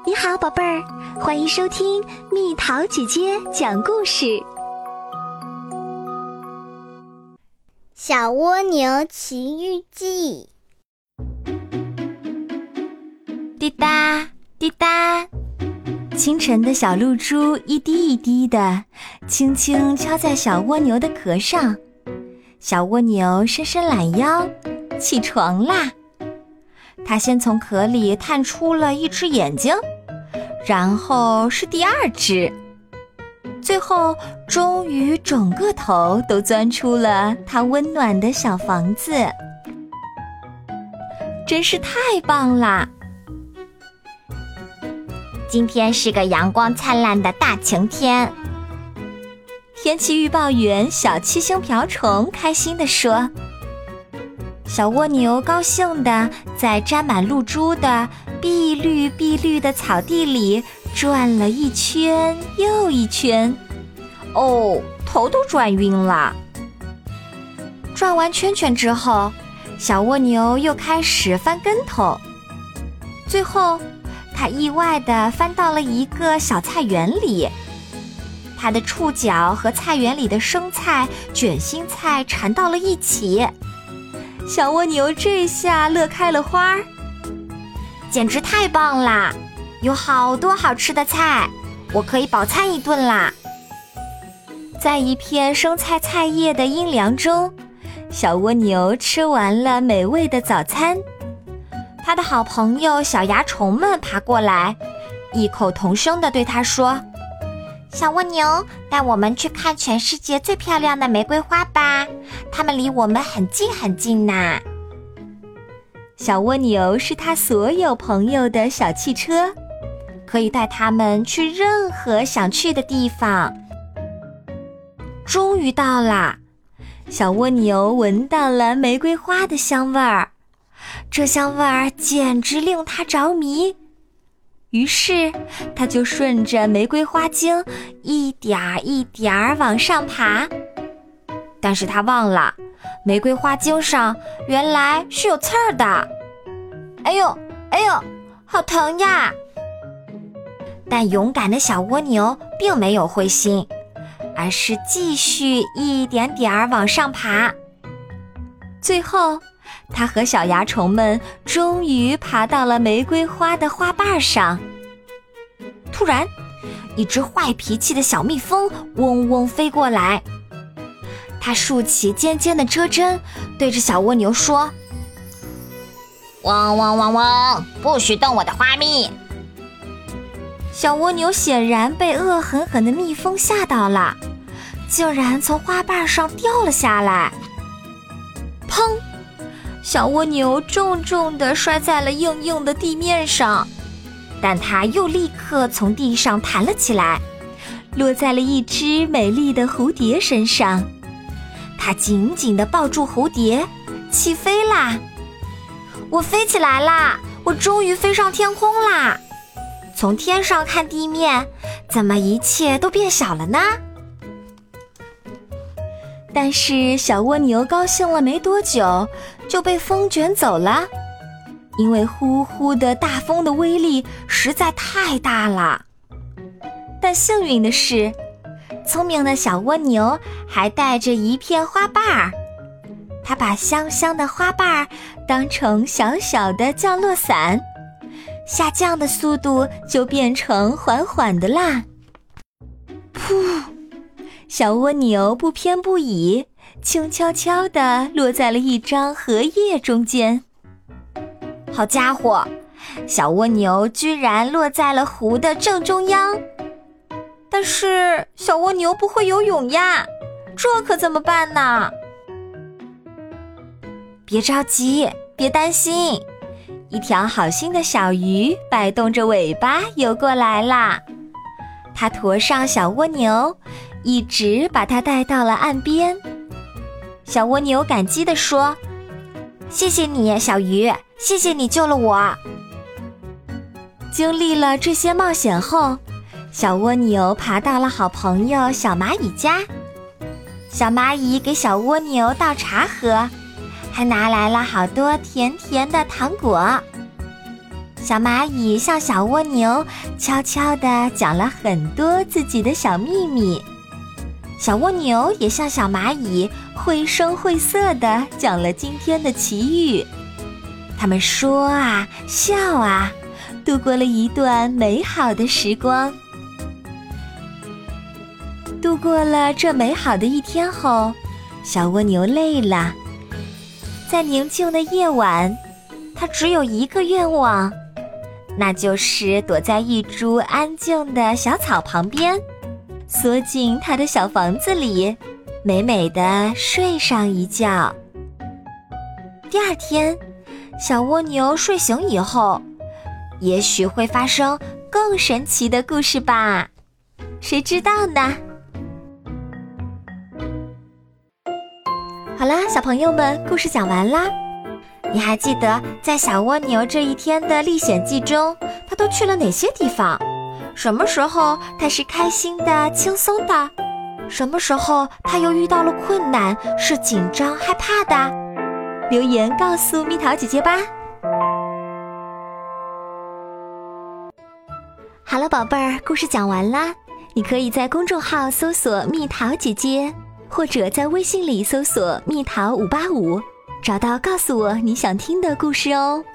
你好，宝贝儿，欢迎收听蜜桃姐姐讲故事。 小蜗牛奇遇记。 滴答滴答，清晨的小露珠一滴一滴的轻轻敲在小蜗牛的壳上。小蜗牛伸伸懒腰，起床啦。它先从壳里探出了一只眼睛，然后是第二只，最后终于整个头都钻出了它温暖的小房子。真是太棒啦！ 今天是个阳光灿烂的大晴天。 天气预报员小七星瓢虫开心地说。小蜗牛高兴地在沾满露珠的碧绿碧绿的草地里转了一圈又一圈，头都转晕了。转完圈圈之后，小蜗牛又开始翻跟头，最后它意外地翻到了一个小菜园里。它的触角和菜园里的生菜、卷心菜缠到了一起。小蜗牛这下乐开了花， 简直太棒啦！有好多好吃的菜，我可以饱餐一顿啦。 在一片生菜菜叶的阴凉中，小蜗牛吃完了美味的早餐。它的好朋友小蚜虫们爬过来，异口同声地对它说： 小蜗牛，带我们去看全世界最漂亮的玫瑰花吧，它们离我们很近很近呢。 小蜗牛是它所有朋友的小汽车，可以带它们去任何想去的地方。终于到啦，小蜗牛闻到了玫瑰花的香味儿，这香味儿简直令它着迷。于是他就顺着玫瑰花茎一点儿一点儿往上爬，但是他忘了玫瑰花茎上原来是有刺儿的。哎呦哎呦，好疼呀！但勇敢的小蜗牛并没有灰心，而是继续一点点儿往上爬。最后它和小蚜虫们终于爬到了玫瑰花的花瓣上。突然，一只坏脾气的小蜜蜂嗡嗡飞过来，它竖起尖尖的蛰针，对着小蜗牛说： 嗡嗡嗡嗡，不许动我的花蜜！ 小蜗牛显然被恶狠狠的蜜蜂吓到了，竟然从花瓣上掉了下来。砰！小蜗牛重重地摔在了硬硬的地面上，但它又立刻从地上弹了起来，落在了一只美丽的蝴蝶身上。它紧紧地抱住蝴蝶，起飞啦！我飞起来啦！我终于飞上天空啦！从天上看地面，怎么一切都变小了呢？但是小蜗牛高兴了没多久，就被风卷走了，因为呼呼的大风的威力实在太大了。但幸运的是，聪明的小蜗牛还带着一片花瓣儿，它把香香的花瓣儿当成小小的降落伞，下降的速度就变成缓缓的啦。噗！小蜗牛不偏不倚，轻悄悄地落在了一张荷叶中间。好家伙，小蜗牛居然落在了湖的正中央。但是小蜗牛不会游泳呀，这可怎么办呢？别着急，别担心，一条好心的小鱼摆动着尾巴游过来啦。它驮上小蜗牛，一直把它带到了岸边。小蜗牛感激地说：谢谢你，小鱼，谢谢你救了我。经历了这些冒险后，小蜗牛爬到了好朋友小蚂蚁家。小蚂蚁给小蜗牛倒茶喝，还拿来了好多甜甜的糖果。 小蚂蚁向小蜗牛悄悄地讲了很多自己的小秘密，小蜗牛也向小蚂蚁绘声绘色地讲了今天的奇遇。他们说啊，笑啊，度过了一段美好的时光。度过了这美好的一天后，小蜗牛累了。在宁静的夜晚，它只有一个愿望，那就是躲在一株安静的小草旁边，缩进它的小房子里，美美地睡上一觉。第二天，小蜗牛睡醒以后，也许会发生更神奇的故事吧，谁知道呢？好啦，小朋友们，故事讲完啦。你还记得在小蜗牛这一天的历险记中，它都去了哪些地方？什么时候它是开心的、轻松的？什么时候它又遇到了困难，是紧张、害怕的？留言告诉蜜桃姐姐吧。 好了，宝贝儿，故事讲完啦。你可以在公众号搜索蜜桃姐姐，或者在微信里搜索蜜桃585，找到告诉我你想听的故事哦。